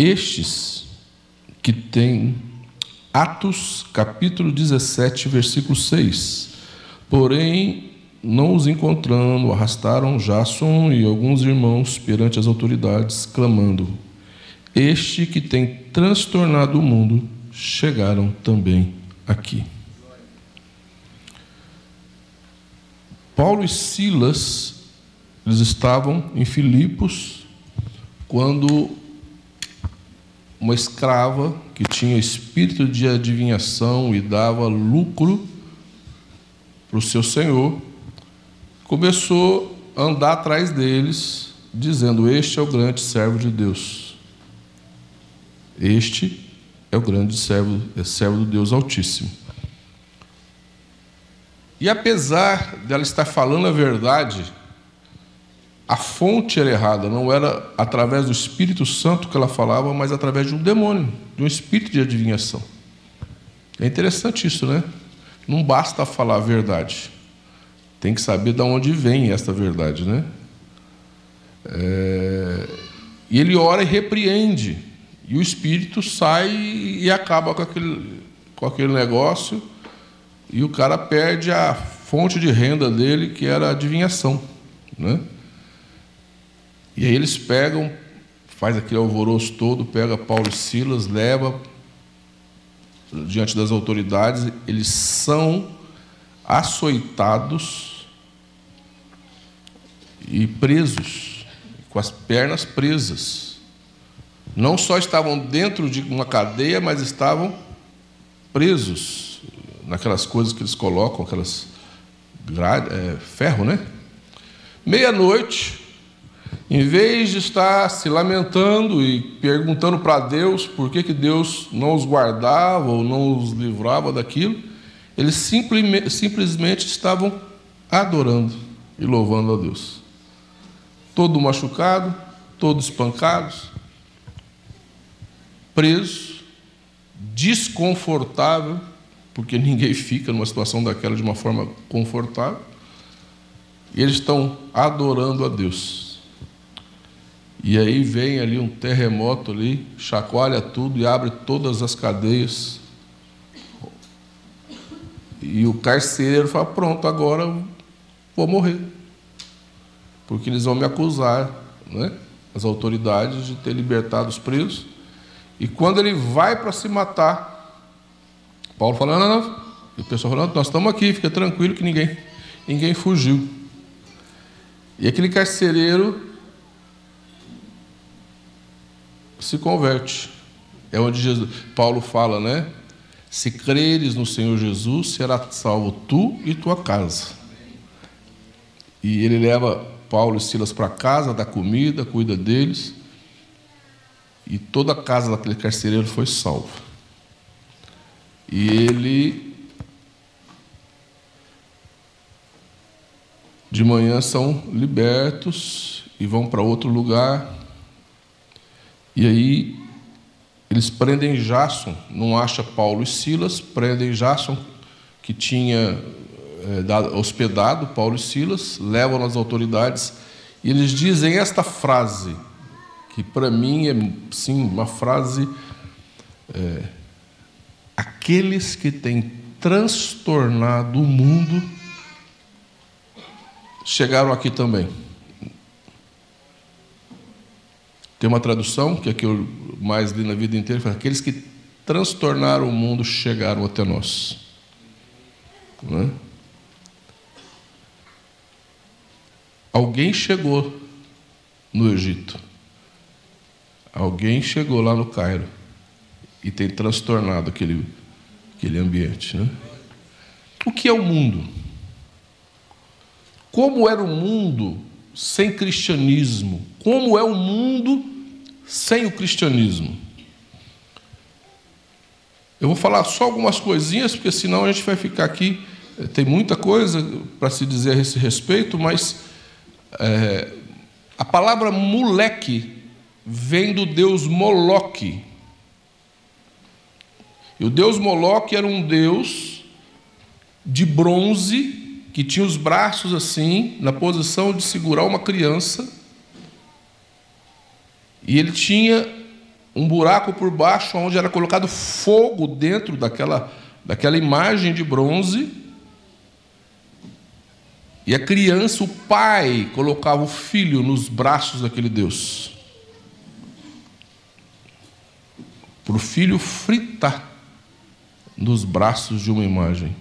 Estes que têm, Atos capítulo 17, versículo 6. Porém, não os encontrando, arrastaram Jasson e alguns irmãos perante as autoridades, clamando: este que tem transtornado o mundo, chegaram também aqui. Paulo e Silas, eles estavam em Filipos, quando uma escrava que tinha espírito de adivinhação e dava lucro para o seu senhor, começou a andar atrás deles, dizendo: este é o grande servo de Deus. Este é o grande servo, é servo do Deus Altíssimo. E apesar dela estar falando a verdade, a fonte era errada, não era através do Espírito Santo que ela falava, mas através de um demônio, de um espírito de adivinhação. É interessante isso, né? Não basta falar a verdade, tem que saber de onde vem esta verdade, né? E ele ora e repreende, e o espírito sai e acaba com aquele negócio, e o cara perde a fonte de renda dele, que era a adivinhação, né? E aí eles pegam, faz aquele alvoroço todo, pega Paulo e Silas, leva diante das autoridades, eles são açoitados e presos, com as pernas presas. Não só estavam dentro de uma cadeia, mas estavam presos naquelas coisas que eles colocam, aquelas ferro, né? Meia-noite, em vez de estar se lamentando e perguntando para Deus por que Deus não os guardava ou não os livrava daquilo, eles simplesmente estavam adorando e louvando a Deus. Todo machucado, todos espancados, preso, desconfortável, porque ninguém fica numa situação daquela de uma forma confortável, e eles estão adorando a Deus. E aí vem ali um terremoto ali, chacoalha tudo e abre todas as cadeias. E o carcereiro fala: pronto, agora eu vou morrer, porque eles vão me acusar, né, as autoridades, de ter libertado os presos. E quando ele vai para se matar, Paulo fala: não. E o pessoal fala: nós estamos aqui, fica tranquilo que ninguém fugiu. E aquele carcereiro se converte. É onde Paulo fala, né? Se creres no Senhor Jesus, será salvo tu e tua casa. E ele leva Paulo e Silas para casa, dá comida, cuida deles, e toda a casa daquele carcereiro foi salva. E ele, de manhã, são libertos e vão para outro lugar. E aí eles prendem Jasson, não acha Paulo e Silas, prendem Jasson, que tinha hospedado Paulo e Silas, levam nas autoridades, e eles dizem esta frase, que para mim é, sim, uma frase: aqueles que têm transtornado o mundo chegaram aqui também. Tem uma tradução, que é a que eu mais li na vida inteira, fala: aqueles que transtornaram o mundo chegaram até nós. Não é? Alguém chegou no Egito. Alguém chegou lá no Cairo e tem transtornado aquele ambiente, né? O que é o mundo? Como era o mundo sem cristianismo? Como é o mundo sem o cristianismo? Eu vou falar só algumas coisinhas, porque senão a gente vai ficar aqui. Tem muita coisa para se dizer a esse respeito, mas a palavra moleque vem do deus Moloque. E o deus Moloque era um deus de bronze, que tinha os braços assim, na posição de segurar uma criança, e ele tinha um buraco por baixo onde era colocado fogo dentro daquela imagem de bronze. E a criança, o pai, colocava o filho nos braços daquele Deus, para o filho fritar nos braços de uma imagem.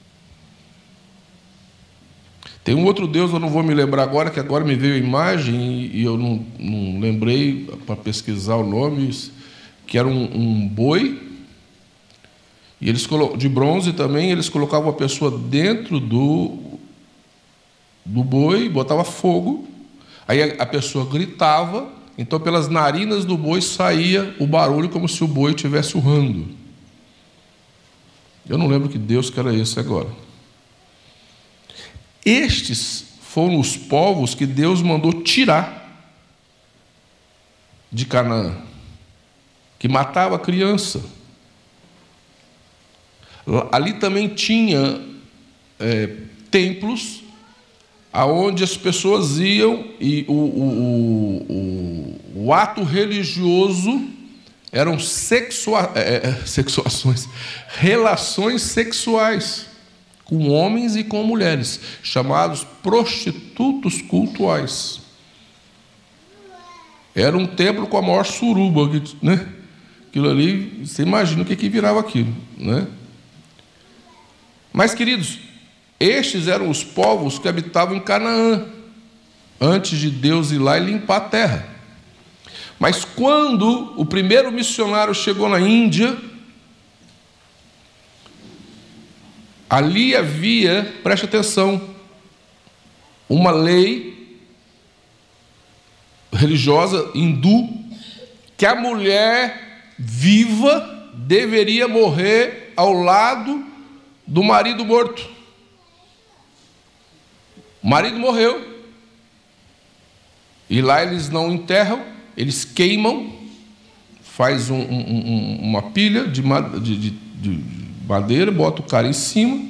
Tem um outro Deus, eu não vou me lembrar agora, que agora me veio a imagem e eu não lembrei para pesquisar o nome, que era um boi, e eles de bronze também, eles colocavam a pessoa dentro do boi, botava fogo, aí a pessoa gritava, então pelas narinas do boi saía o barulho como se o boi estivesse urrando. Eu não lembro que Deus que era esse agora. Estes foram os povos que Deus mandou tirar de Canaã, que matava a criança. Ali também tinha templos aonde as pessoas iam e o ato religioso eram relações sexuais com homens e com mulheres, chamados prostitutos cultuais. Era um templo com a maior suruba, né? Aquilo ali, você imagina o que virava aquilo, né? Mas, queridos, estes eram os povos que habitavam em Canaã, antes de Deus ir lá e limpar a terra. Mas quando o primeiro missionário chegou na Índia, ali havia, preste atenção, uma lei religiosa hindu, que a mulher viva deveria morrer ao lado do marido morto. O marido morreu, e lá eles não enterram, eles queimam, faz uma pilha de madeira, bota o cara em cima,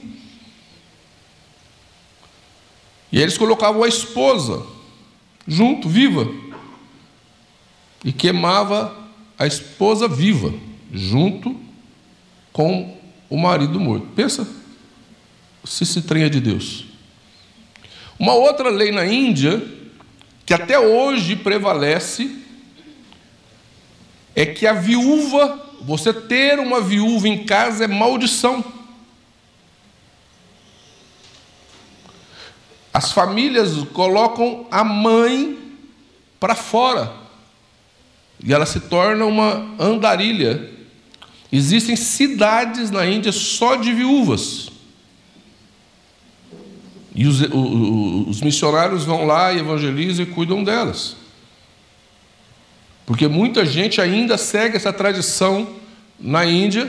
e eles colocavam a esposa junto, viva, e queimava a esposa viva, junto com o marido morto. Pensa se esse trem é de Deus. Uma outra lei na Índia, que até hoje prevalece, é que a viúva, você ter uma viúva em casa é maldição. As famílias colocam a mãe para fora, e ela se torna uma andarilha. Existem cidades na Índia só de viúvas. E os missionários vão lá e evangelizam e cuidam delas. Porque muita gente ainda segue essa tradição na Índia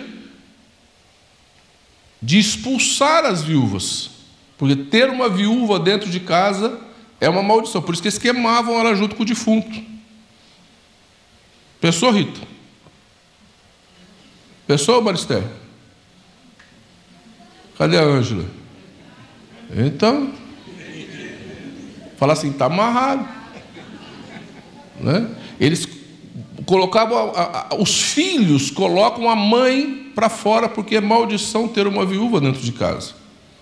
de expulsar as viúvas. Porque ter uma viúva dentro de casa é uma maldição. Por isso que eles queimavam ela junto com o defunto. Pensou, Rita? Pensou, Maristério? Cadê a Ângela? Então, fala assim, está amarrado, né? Eles colocavam, os filhos colocam a mãe para fora, porque é maldição ter uma viúva dentro de casa.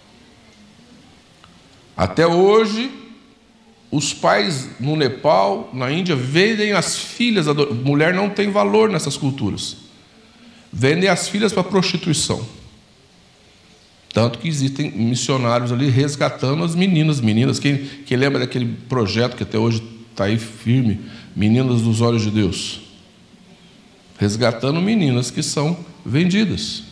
Até hoje, os pais no Nepal, na Índia, vendem as filhas, mulher não tem valor nessas culturas, vendem as filhas para prostituição. Tanto que existem missionários ali resgatando as meninas. Quem lembra daquele projeto que até hoje está aí firme, Meninas dos Olhos de Deus? Resgatando meninas que são vendidas.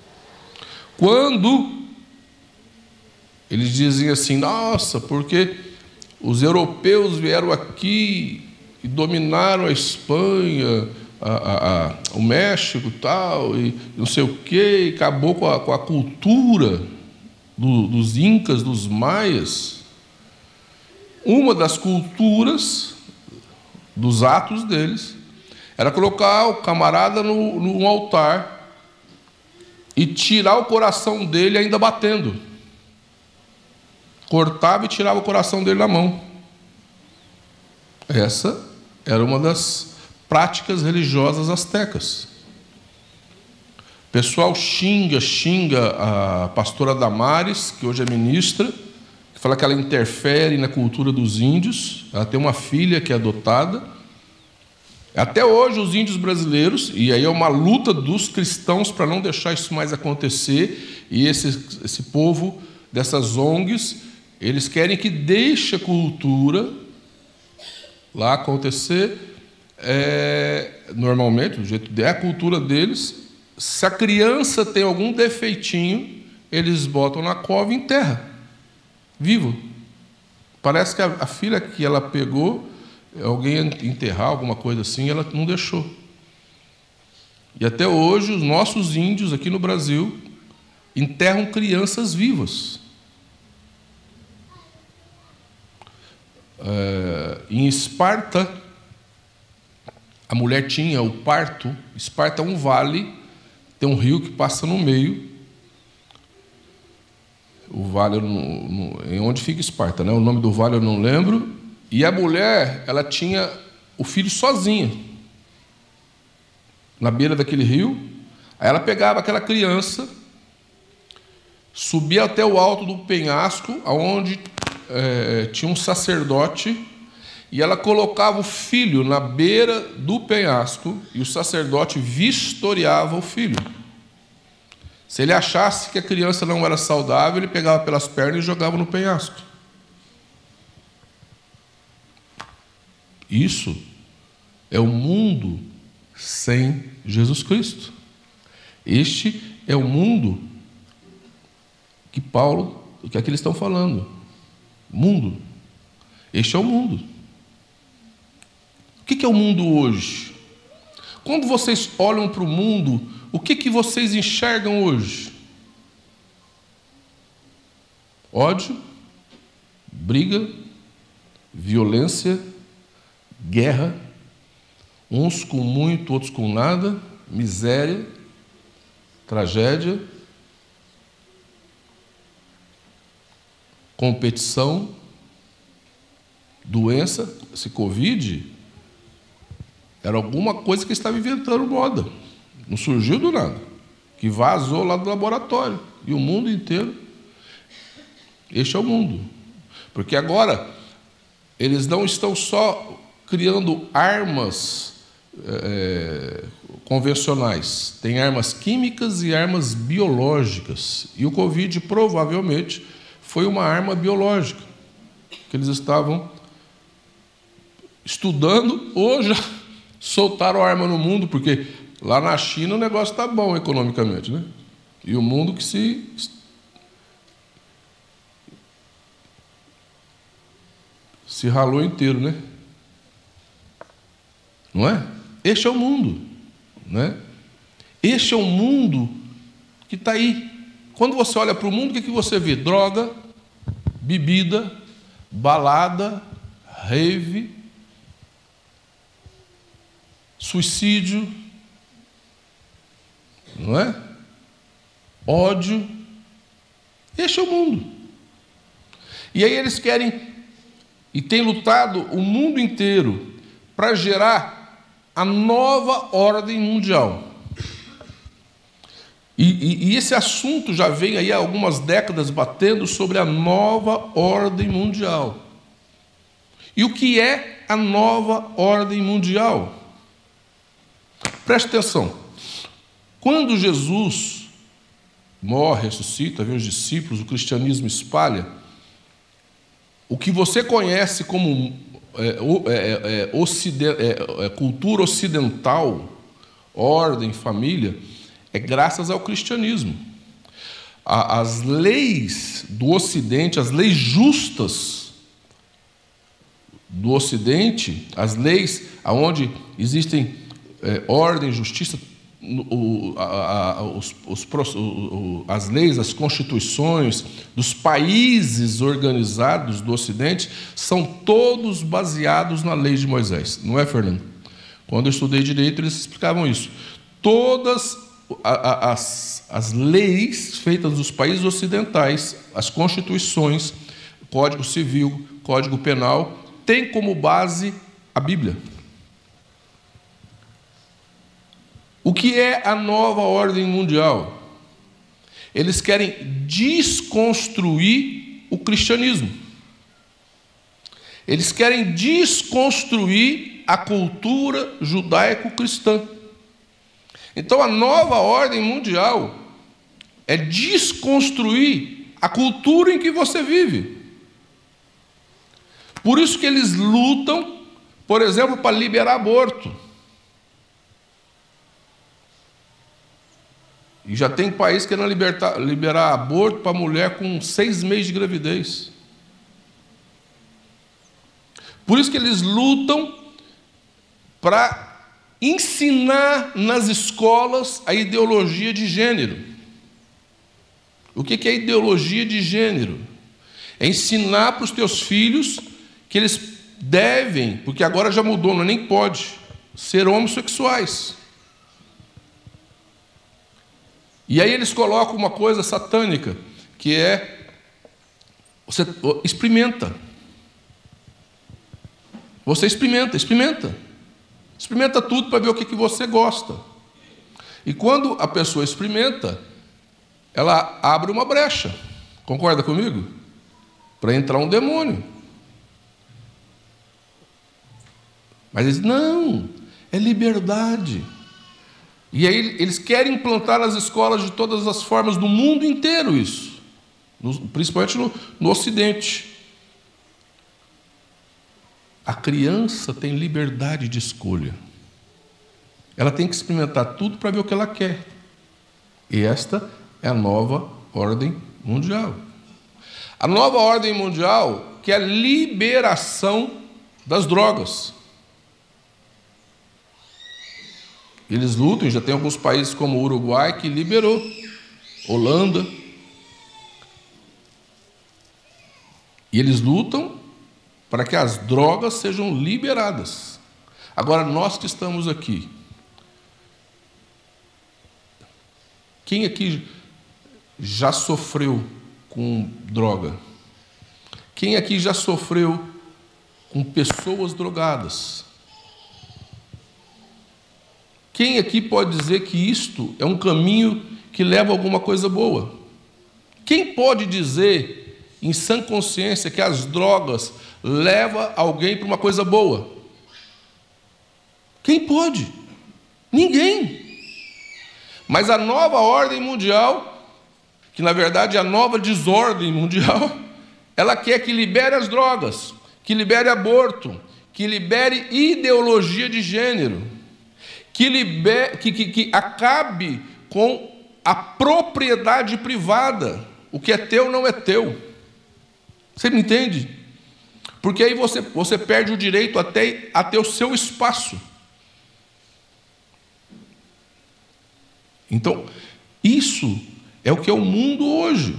Quando eles dizem assim, nossa, porque os europeus vieram aqui e dominaram a Espanha, o México tal, e não sei o quê, e acabou com a cultura dos incas, dos maias. Uma das culturas, dos atos deles, era colocar o camarada num altar e tirar o coração dele ainda batendo. Cortava e tirava o coração dele na mão. Essa era uma das práticas religiosas astecas. O pessoal xinga a pastora Damares, que hoje é ministra, que fala que ela interfere na cultura dos índios. Ela tem uma filha que é adotada. Até hoje os índios brasileiros, e aí é uma luta dos cristãos para não deixar isso mais acontecer, e esse povo dessas ONGs, eles querem que deixe a cultura lá acontecer, normalmente, do jeito que é a cultura deles. Se a criança tem algum defeitinho, eles botam na cova e enterram, vivo. Parece que a filha que ela pegou, alguém enterrar, alguma coisa assim, ela não deixou. E até hoje, os nossos índios aqui no Brasil enterram crianças vivas. Em Esparta, a mulher tinha o parto. Esparta é um vale, tem um rio que passa no meio. O vale, em onde fica Esparta, né? O nome do vale eu não lembro. E a mulher, ela tinha o filho sozinha, na beira daquele rio. Aí ela pegava aquela criança, subia até o alto do penhasco, onde tinha um sacerdote, e ela colocava o filho na beira do penhasco, e o sacerdote vistoriava o filho. Se ele achasse que a criança não era saudável, ele pegava pelas pernas e jogava no penhasco. Isso é o mundo sem Jesus Cristo. Este é o mundo que aqui eles estão falando. Mundo. Este é o mundo. O que é o mundo hoje? Quando vocês olham para o mundo, o que vocês enxergam hoje? Ódio, briga, violência, guerra, uns com muito, outros com nada, miséria, tragédia, competição, doença. Esse Covid era alguma coisa que estava inventando moda, não surgiu do nada, que vazou lá do laboratório, e o mundo inteiro. Este é o mundo, porque agora eles não estão só criando armas convencionais, tem armas químicas e armas biológicas, e o Covid provavelmente foi uma arma biológica que eles estavam estudando, ou já soltaram a arma no mundo, porque lá na China o negócio está bom economicamente, né? E o mundo que se ralou inteiro, né? Não é? Este é o mundo, né? Este é o mundo que está aí. Quando você olha para o mundo, o que você vê? Droga, bebida, balada, rave, suicídio, não é? Ódio. Este é o mundo. E aí eles querem, e têm lutado o mundo inteiro para gerar a nova ordem mundial. E esse assunto já vem aí há algumas décadas batendo sobre a nova ordem mundial. E o que é a nova ordem mundial? Preste atenção. Quando Jesus morre, ressuscita, vem os discípulos, o cristianismo espalha, o que você conhece como cultura ocidental, ordem, família, é graças ao cristianismo. As leis do Ocidente, as leis justas do Ocidente, as leis onde existem ordem, justiça, as leis, as constituições dos países organizados do Ocidente são todos baseados na lei de Moisés. Não é, Fernando? Quando eu estudei direito, eles explicavam isso. Todas as leis feitas nos países ocidentais, as constituições, Código Civil, Código Penal, têm como base a Bíblia. O que é a nova ordem mundial? Eles querem desconstruir o cristianismo. Eles querem desconstruir a cultura judaico-cristã. Então, a nova ordem mundial é desconstruir a cultura em que você vive. Por isso que eles lutam, por exemplo, para liberar aborto. E já tem país querendo liberar aborto para mulher com 6 meses de gravidez. Por isso que eles lutam para ensinar nas escolas a ideologia de gênero. O que é ideologia de gênero? É ensinar para os teus filhos que eles devem, porque agora já mudou, não nem pode, ser homossexuais. E aí eles colocam uma coisa satânica, que é, você experimenta. Você experimenta tudo para ver o que você gosta. E quando a pessoa experimenta, ela abre uma brecha, concorda comigo? Para entrar um demônio. Mas eles, não, é liberdade. E aí eles querem implantar nas escolas de todas as formas do mundo inteiro isso, principalmente no Ocidente. A criança tem liberdade de escolha. Ela tem que experimentar tudo para ver o que ela quer. E esta é a nova ordem mundial. A nova ordem mundial que é a liberação das drogas. Eles lutam, já tem alguns países como o Uruguai que liberou, Holanda. E eles lutam para que as drogas sejam liberadas. Agora, nós que estamos aqui, quem aqui já sofreu com droga? Quem aqui já sofreu com pessoas drogadas? Quem aqui pode dizer que isto é um caminho que leva a alguma coisa boa? Quem pode dizer, em sã consciência, que as drogas levam alguém para uma coisa boa? Quem pode? Ninguém. Mas a nova ordem mundial, que na verdade é a nova desordem mundial, ela quer que libere as drogas, que libere aborto, que libere ideologia de gênero, que acabe com a propriedade privada. O que é teu não é teu. Você me entende? Porque aí você perde o direito até a ter o seu espaço. Então, isso é o que é o mundo hoje.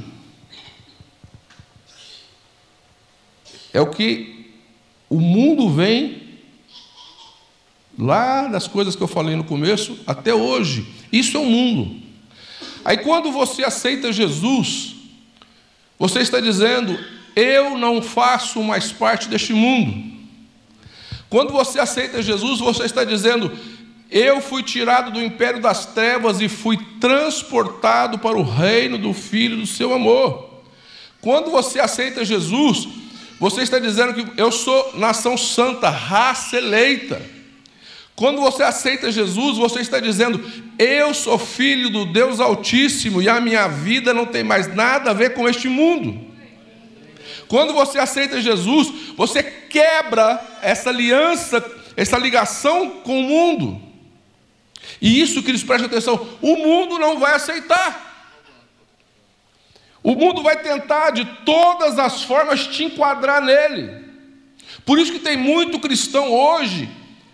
É o que o mundo vem lá das coisas que eu falei no começo, até hoje. Isso é o mundo. Aí quando você aceita Jesus, você está dizendo, eu não faço mais parte deste mundo. Quando você aceita Jesus, você está dizendo, eu fui tirado do império das trevas e fui transportado para o reino do Filho do seu amor. Quando você aceita Jesus, você está dizendo que eu sou nação santa, raça eleita. Quando você aceita Jesus, você está dizendo, eu sou filho do Deus Altíssimo e a minha vida não tem mais nada a ver com este mundo. Quando você aceita Jesus, você quebra essa aliança, essa ligação com o mundo. E isso, queridos, prestem atenção, o mundo não vai aceitar. O mundo vai tentar de todas as formas te enquadrar nele. Por isso que tem muito cristão hoje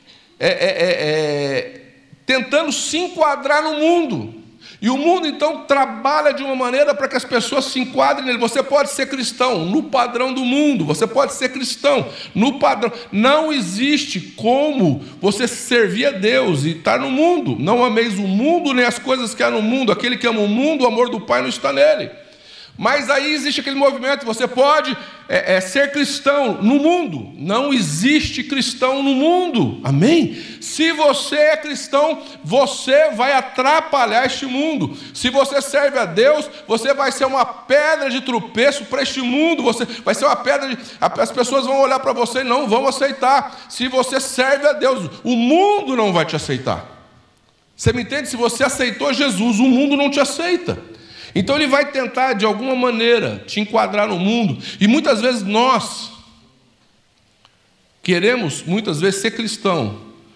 tentando se enquadrar no mundo. E o mundo, então, trabalha de uma maneira para que as pessoas se enquadrem nele. Você pode ser cristão no padrão do mundo. Você pode ser cristão no padrão. Não existe como você servir a Deus e estar no mundo. Não ameis o mundo nem as coisas que há no mundo. Aquele que ama o mundo, o amor do Pai não está nele. Mas aí existe aquele movimento, você pode ser cristão no mundo. Não existe cristão no mundo, amém? Se você é cristão, você vai atrapalhar este mundo. Se você serve a Deus, você vai ser uma pedra de tropeço para este mundo. Você vai ser uma pedra as pessoas vão olhar para você e não vão aceitar. Se você serve a Deus, o mundo não vai te aceitar. Você me entende? Se você aceitou Jesus, o mundo não te aceita. Então ele vai tentar, de alguma maneira, te enquadrar no mundo. E muitas vezes nós queremos, muitas vezes, ser cristão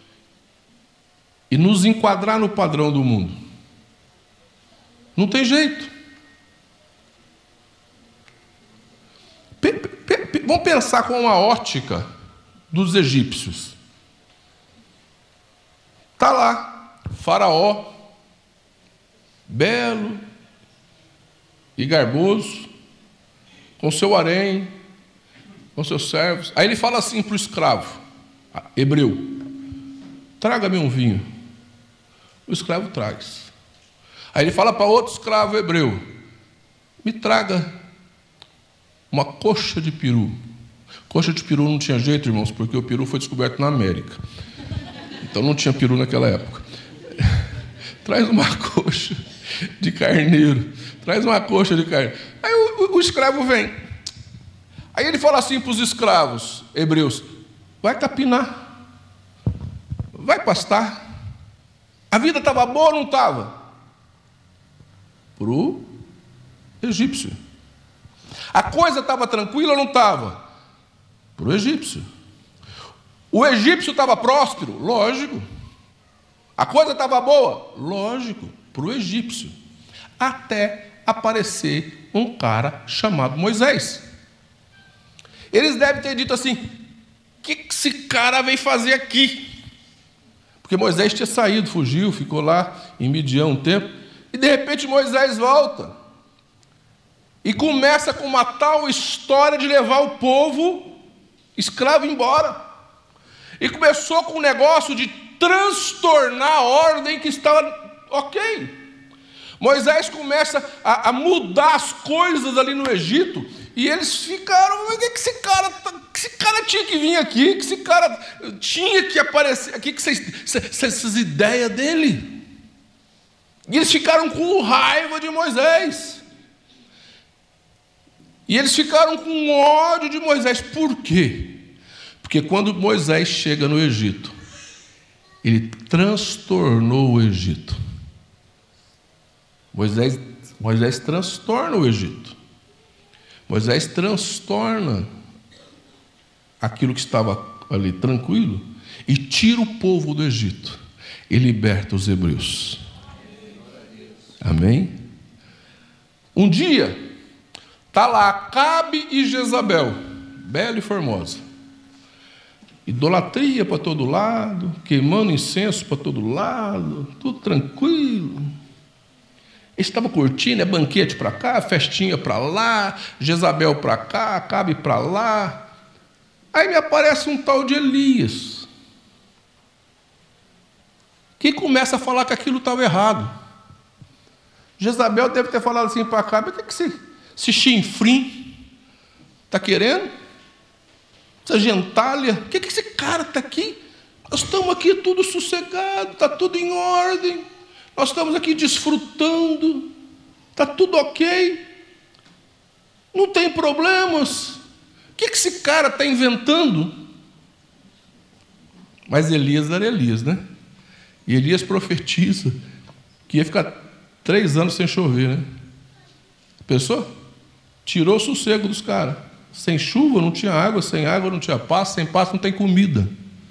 e nos enquadrar no padrão do mundo. Não tem jeito. Vamos pensar com a ótica dos egípcios. Está lá. Faraó, belo e garboso, com seu harém, com seus servos. Aí ele fala assim para o escravo, hebreu: traga-me um vinho. O escravo traz. Aí ele fala para outro escravo hebreu: me traga uma coxa de peru. Coxa de peru não tinha jeito, irmãos, porque o peru foi descoberto na América. Então não tinha peru naquela época. Traz uma coxa de carneiro. Traz uma coxa de carneiro. Aí o escravo vem. Aí ele fala assim para os escravos hebreus: vai capinar. Vai pastar. A vida estava boa ou não estava? Para o egípcio. A coisa estava tranquila ou não estava? Para o egípcio. O egípcio estava próspero? Lógico. A coisa estava boa? Lógico, para o egípcio. Até aparecer um cara chamado Moisés. Eles devem ter dito assim: o que esse cara veio fazer aqui? Porque Moisés tinha saído, fugiu, ficou lá em Midian um tempo. E de repente Moisés volta. E começa com uma tal história de levar o povo escravo embora. E começou com um negócio de transtornar a ordem que estava ok. Moisés começa a mudar as coisas ali no Egito, e eles ficaram: o que esse cara tinha que vir aqui? Que esse cara tinha que aparecer aqui? Que essas ideias dele? E eles ficaram com raiva de Moisés. E eles ficaram com ódio de Moisés. Por quê? Porque quando Moisés chega no Egito, ele transtornou o Egito. Moisés transtorna o Egito. Moisés transtorna aquilo que estava ali tranquilo e tira o povo do Egito e liberta os hebreus. Amém? Um dia, está lá Acabe e Jezabel, bela e formosa. Idolatria para todo lado, queimando incenso para todo lado, tudo tranquilo. Eles estavam curtindo, banquete para cá, festinha para lá, Jezabel para cá, Acabe para lá. Aí me aparece um tal de Elias, que começa a falar que aquilo estava errado. Jezabel deve ter falado assim para Acabe: o que esse chinfrim está querendo? Essa gentalha, o que esse cara está aqui? Nós estamos aqui tudo sossegado, está tudo em ordem, nós estamos aqui desfrutando, está tudo ok, não tem problemas. O que esse cara está inventando? Mas Elias era Elias, né? E Elias profetiza que ia ficar 3 anos sem chover, né? Pensou? Tirou o sossego dos caras. Sem chuva não tinha água, sem água não tinha pasto, sem pasto não tem comida.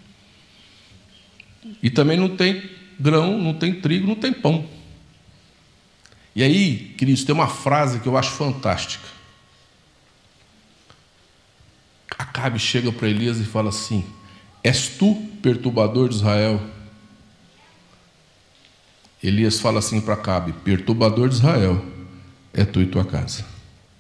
E também não tem grão, não tem trigo, não tem pão. E aí, queridos, tem uma frase que eu acho fantástica. Acabe chega para Elias e fala assim: és tu, perturbador de Israel? Elias fala assim para Acabe: perturbador de Israel é tu e tua casa.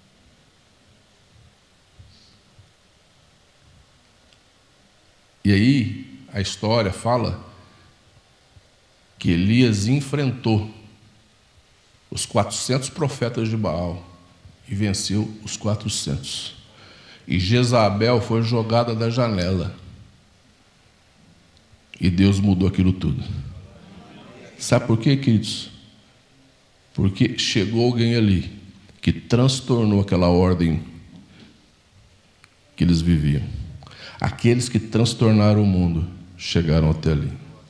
E aí a história fala que Elias enfrentou os 400 profetas de Baal e venceu os 400. E Jezabel foi jogada da janela. E Deus mudou aquilo tudo. Sabe por quê, queridos? Porque chegou alguém ali que transtornou aquela ordem que eles viviam. Aqueles que transtornaram o mundo chegaram até ali.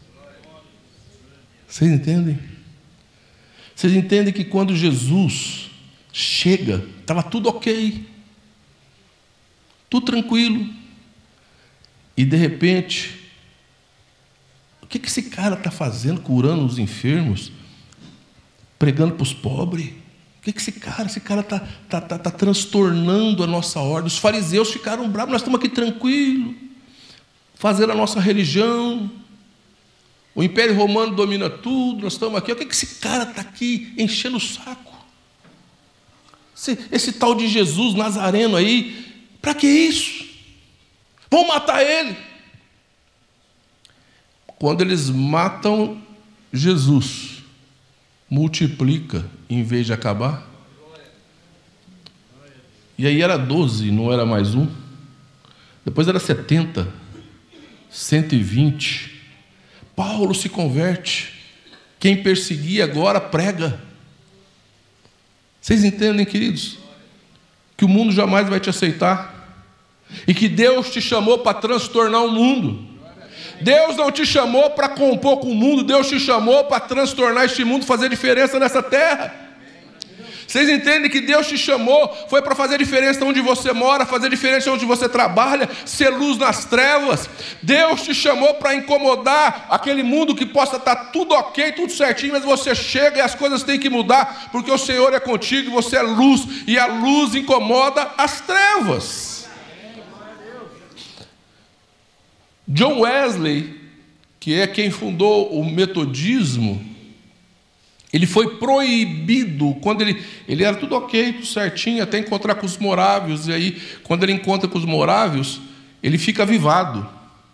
Vocês entendem? Vocês entendem que quando Jesus chega, estava tudo ok, tudo tranquilo, e de repente, o que esse cara está fazendo, curando os enfermos, pregando para os pobres? O que esse cara está transtornando a nossa ordem. Os fariseus ficaram bravos, nós estamos aqui tranquilos, fazendo a nossa religião, o Império Romano domina tudo, nós estamos aqui, o que esse cara está aqui enchendo o saco? Esse tal de Jesus Nazareno aí, para que isso? Vão matar ele. Quando eles matam Jesus, multiplica em vez de acabar. E aí era 12, não era mais um. Depois era 70, 120. Paulo se converte. Quem perseguia agora prega. Vocês entendem, queridos? Que o mundo jamais vai te aceitar. E que Deus te chamou para transtornar o mundo. Deus não te chamou para compor com o mundo. Deus te chamou para transtornar este mundo, fazer diferença nessa terra. Vocês entendem que Deus te chamou, foi para fazer diferença onde você mora, fazer diferença onde você trabalha, ser luz nas trevas. Deus te chamou para incomodar aquele mundo que possa estar tudo ok, tudo certinho, mas você chega e as coisas têm que mudar, porque o Senhor é contigo, você é luz, e a luz incomoda as trevas. John Wesley, que é quem fundou o metodismo, ele foi proibido, quando ele era tudo ok, tudo certinho, até encontrar com os morávios, e aí, quando ele encontra com os morávios, ele fica avivado.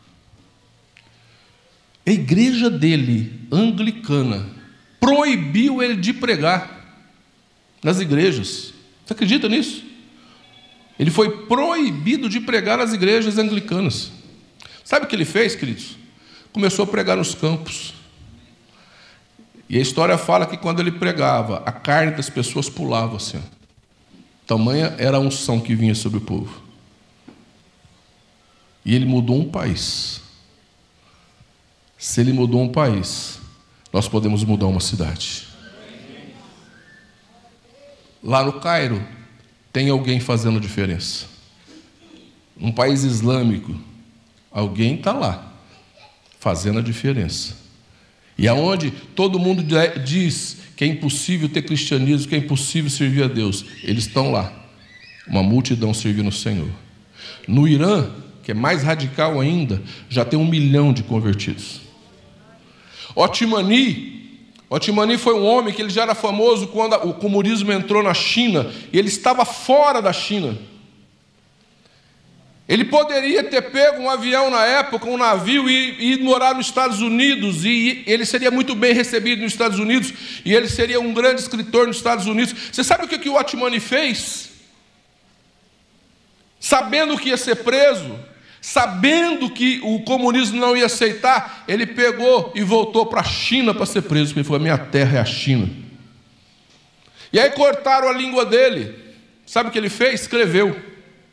A igreja dele, anglicana, proibiu ele de pregar nas igrejas. Você acredita nisso? Ele foi proibido de pregar nas igrejas anglicanas. Sabe o que ele fez, queridos? Começou a pregar nos campos. E a história fala que quando ele pregava, a carne das pessoas pulava assim. Tamanha era a unção que vinha sobre o povo. E ele mudou um país. Se ele mudou um país, nós podemos mudar uma cidade. Lá no Cairo, tem alguém fazendo diferença. Um país islâmico, alguém está lá, fazendo a diferença. E aonde todo mundo diz que é impossível ter cristianismo, que é impossível servir a Deus, eles estão lá, uma multidão servindo o Senhor. No Irã, que é mais radical ainda, já tem 1 milhão de convertidos. Othmani foi um homem que ele já era famoso quando o comunismo entrou na China, e ele estava fora da China. Ele poderia ter pego um avião na época, um navio, e ir morar nos Estados Unidos, e ele seria muito bem recebido nos Estados Unidos, e ele seria um grande escritor nos Estados Unidos. Você sabe o que o Othmani fez? Sabendo que ia ser preso, sabendo que o comunismo não ia aceitar, ele pegou e voltou para a China para ser preso, porque ele falou: minha terra é a China. E aí cortaram a língua dele. Sabe o que ele fez? Escreveu.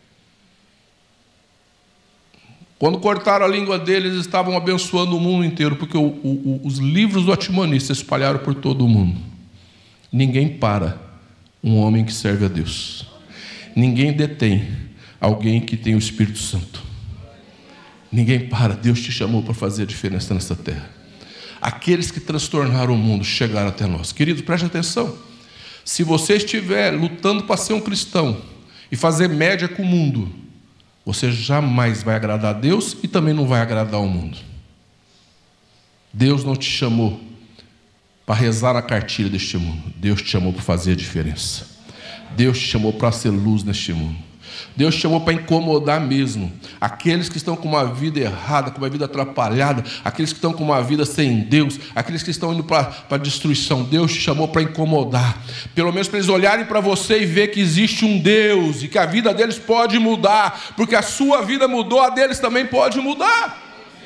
Quando cortaram a língua dele, eles estavam abençoando o mundo inteiro, porque os livros do Othmani se espalharam por todo o mundo. Ninguém para um homem que serve a Deus. Ninguém detém alguém que tem o Espírito Santo. Ninguém para. Deus te chamou para fazer a diferença nessa terra. Aqueles que transtornaram o mundo chegaram até nós. Querido, preste atenção. Se você estiver lutando para ser um cristão e fazer média com o mundo, você jamais vai agradar a Deus e também não vai agradar ao mundo. Deus não te chamou para rezar na cartilha deste mundo. Deus te chamou para fazer a diferença. Deus te chamou para ser luz neste mundo. Deus te chamou para incomodar mesmo. Aqueles que estão com uma vida errada, com uma vida atrapalhada, aqueles que estão com uma vida sem Deus, aqueles que estão indo para a destruição, Deus te chamou para incomodar. Pelo menos para eles olharem para você e ver que existe um Deus e que a vida deles pode mudar, porque a sua vida mudou, a deles também pode mudar.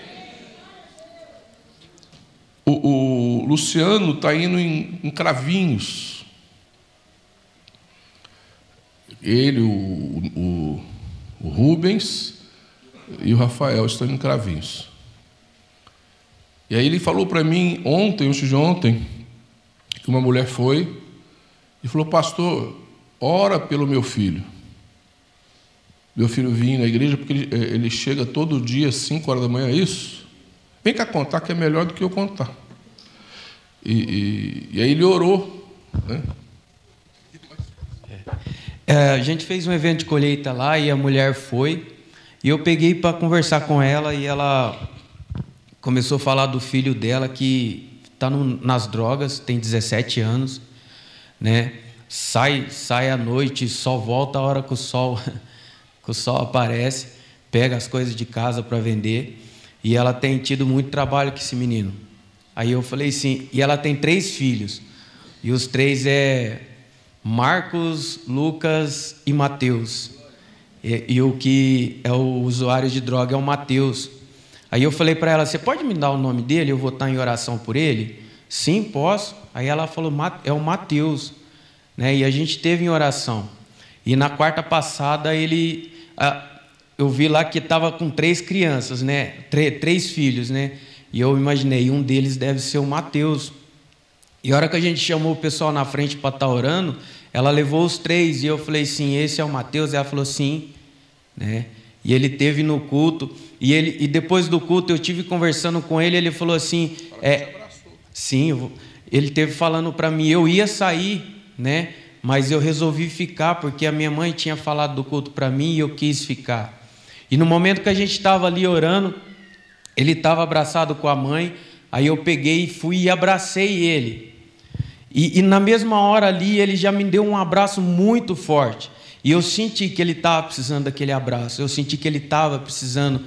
O Luciano está indo em Cravinhos. Ele, o Rubens e o Rafael estão em Cravinhos. E aí ele falou para mim antes de ontem, que uma mulher foi e falou: pastor, ora pelo meu filho. Meu filho vinha na igreja porque ele chega todo dia às 5 horas da manhã, é isso? Vem cá contar, que é melhor do que eu contar. E aí ele orou, né? A gente fez um evento de colheita lá e a mulher foi, e eu peguei para conversar com ela, e ela começou a falar do filho dela que está nas drogas, tem 17 anos, né? Sai à noite, só volta a hora que o sol aparece, pega as coisas de casa para vender, e ela tem tido muito trabalho com esse menino. Aí eu falei assim, e ela tem 3 filhos, e os 3 Marcos, Lucas e Mateus. E o que é o usuário de droga é o Mateus. Aí eu falei para ela: você pode me dar o nome dele? Eu vou estar em oração por ele? Sim, posso. Aí ela falou: é o Mateus, né? E a gente teve em oração. E na quarta passada eu vi lá que estava com 3 crianças, né? 3 filhos, né? E eu imaginei, um deles deve ser o Mateus. E a hora que a gente chamou o pessoal na frente para estar orando, ela levou os 3, e eu falei: sim, esse é o Mateus? Ela falou: sim, né? E ele teve no culto, e depois do culto eu tive conversando com ele, ele falou assim, sim, ele teve falando para mim, eu ia sair, né? Mas eu resolvi ficar, porque a minha mãe tinha falado do culto para mim, e eu quis ficar. E no momento que a gente estava ali orando, ele estava abraçado com a mãe, aí eu peguei, fui e abracei ele. E na mesma hora ali, ele já me deu um abraço muito forte. E eu senti que ele estava precisando daquele abraço. Eu senti que ele estava precisando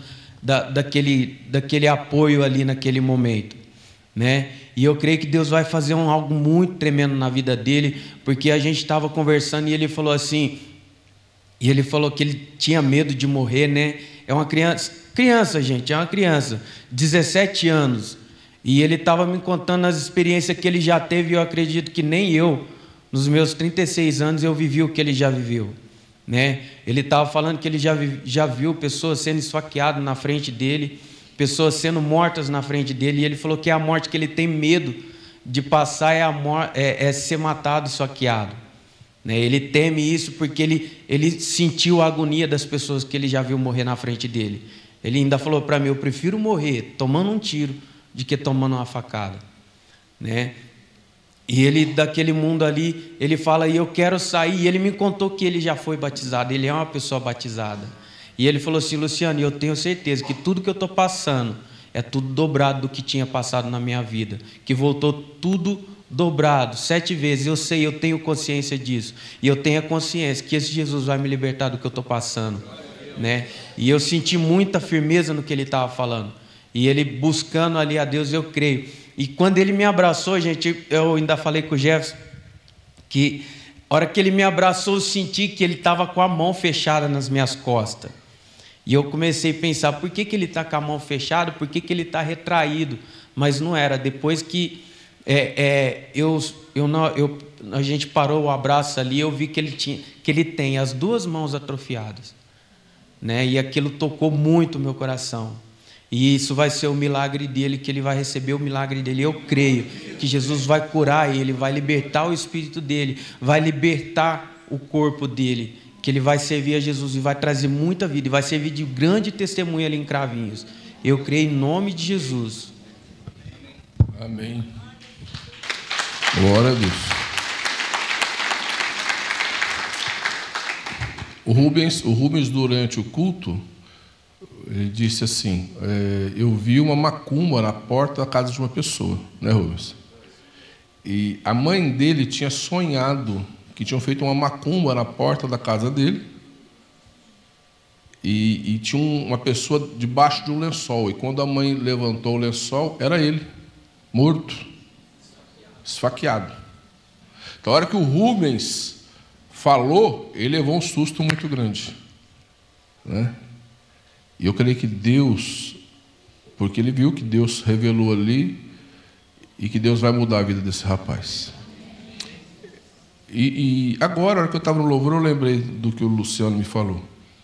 daquele apoio ali naquele momento, né? E eu creio que Deus vai fazer algo muito tremendo na vida dele, porque a gente estava conversando e ele falou assim, e ele falou que ele tinha medo de morrer, né? É uma criança, gente, é uma criança, 17 anos. E ele estava me contando as experiências que ele já teve, e eu acredito que nem eu, nos meus 36 anos, eu vivi o que ele já viveu, né? Ele estava falando que ele já viu pessoas sendo esfaqueadas na frente dele, pessoas sendo mortas na frente dele, e ele falou que a morte que ele tem medo de passar é ser matado, esfaqueado, né? Ele teme isso porque ele sentiu a agonia das pessoas que ele já viu morrer na frente dele. Ele ainda falou para mim: eu prefiro morrer tomando um tiro de que tomando uma facada, né? E ele, daquele mundo ali, ele fala: e eu quero sair. E ele me contou que ele já foi batizado, ele é uma pessoa batizada. E ele falou assim: Luciano, eu tenho certeza que tudo que eu estou passando é tudo dobrado do que tinha passado na minha vida, que voltou tudo dobrado 7 vezes. Eu sei, eu tenho consciência disso, e eu tenho a consciência que esse Jesus vai me libertar do que eu estou passando, né? E eu senti muita firmeza no que ele estava falando, e ele buscando ali a Deus, eu creio. E quando ele me abraçou, gente, eu ainda falei com o Jefferson, que a hora que ele me abraçou, eu senti que ele estava com a mão fechada nas minhas costas. E eu comecei a pensar, por que ele está com a mão fechada? Por que ele está retraído? Mas não era. Depois que a gente parou o abraço ali, eu vi que ele tem as 2 mãos atrofiadas, né? E aquilo tocou muito o meu coração. E isso vai ser o milagre dele, que ele vai receber o milagre dele. Eu creio que Jesus vai curar ele, vai libertar o espírito dele, vai libertar o corpo dele, que ele vai servir a Jesus e vai trazer muita vida, e vai servir de grande testemunho ali em Cravinhos. Eu creio em nome de Jesus. Amém. Glória a Deus. O Rubens, durante o culto, ele disse assim: eu vi uma macumba na porta da casa de uma pessoa, né, Rubens? E a mãe dele tinha sonhado que tinham feito uma macumba na porta da casa dele, e tinha uma pessoa debaixo de um lençol. E quando a mãe levantou o lençol, era ele, morto, esfaqueado. Então, a hora que o Rubens falou, ele levou um susto muito grande, né? E eu creio que Deus, porque ele viu que Deus revelou ali e que Deus vai mudar a vida desse rapaz. E agora, na hora que eu estava no louvor, eu lembrei do que o Luciano me falou.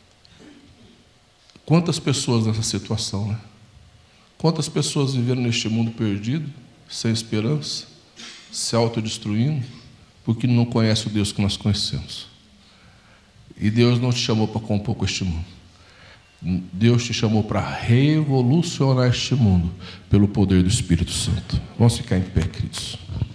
Quantas pessoas nessa situação, né? Quantas pessoas vivendo neste mundo perdido, sem esperança, se autodestruindo, porque não conhece o Deus que nós conhecemos. E Deus não te chamou para compor com este mundo. Deus te chamou para revolucionar este mundo pelo poder do Espírito Santo. Vamos ficar em pé, queridos.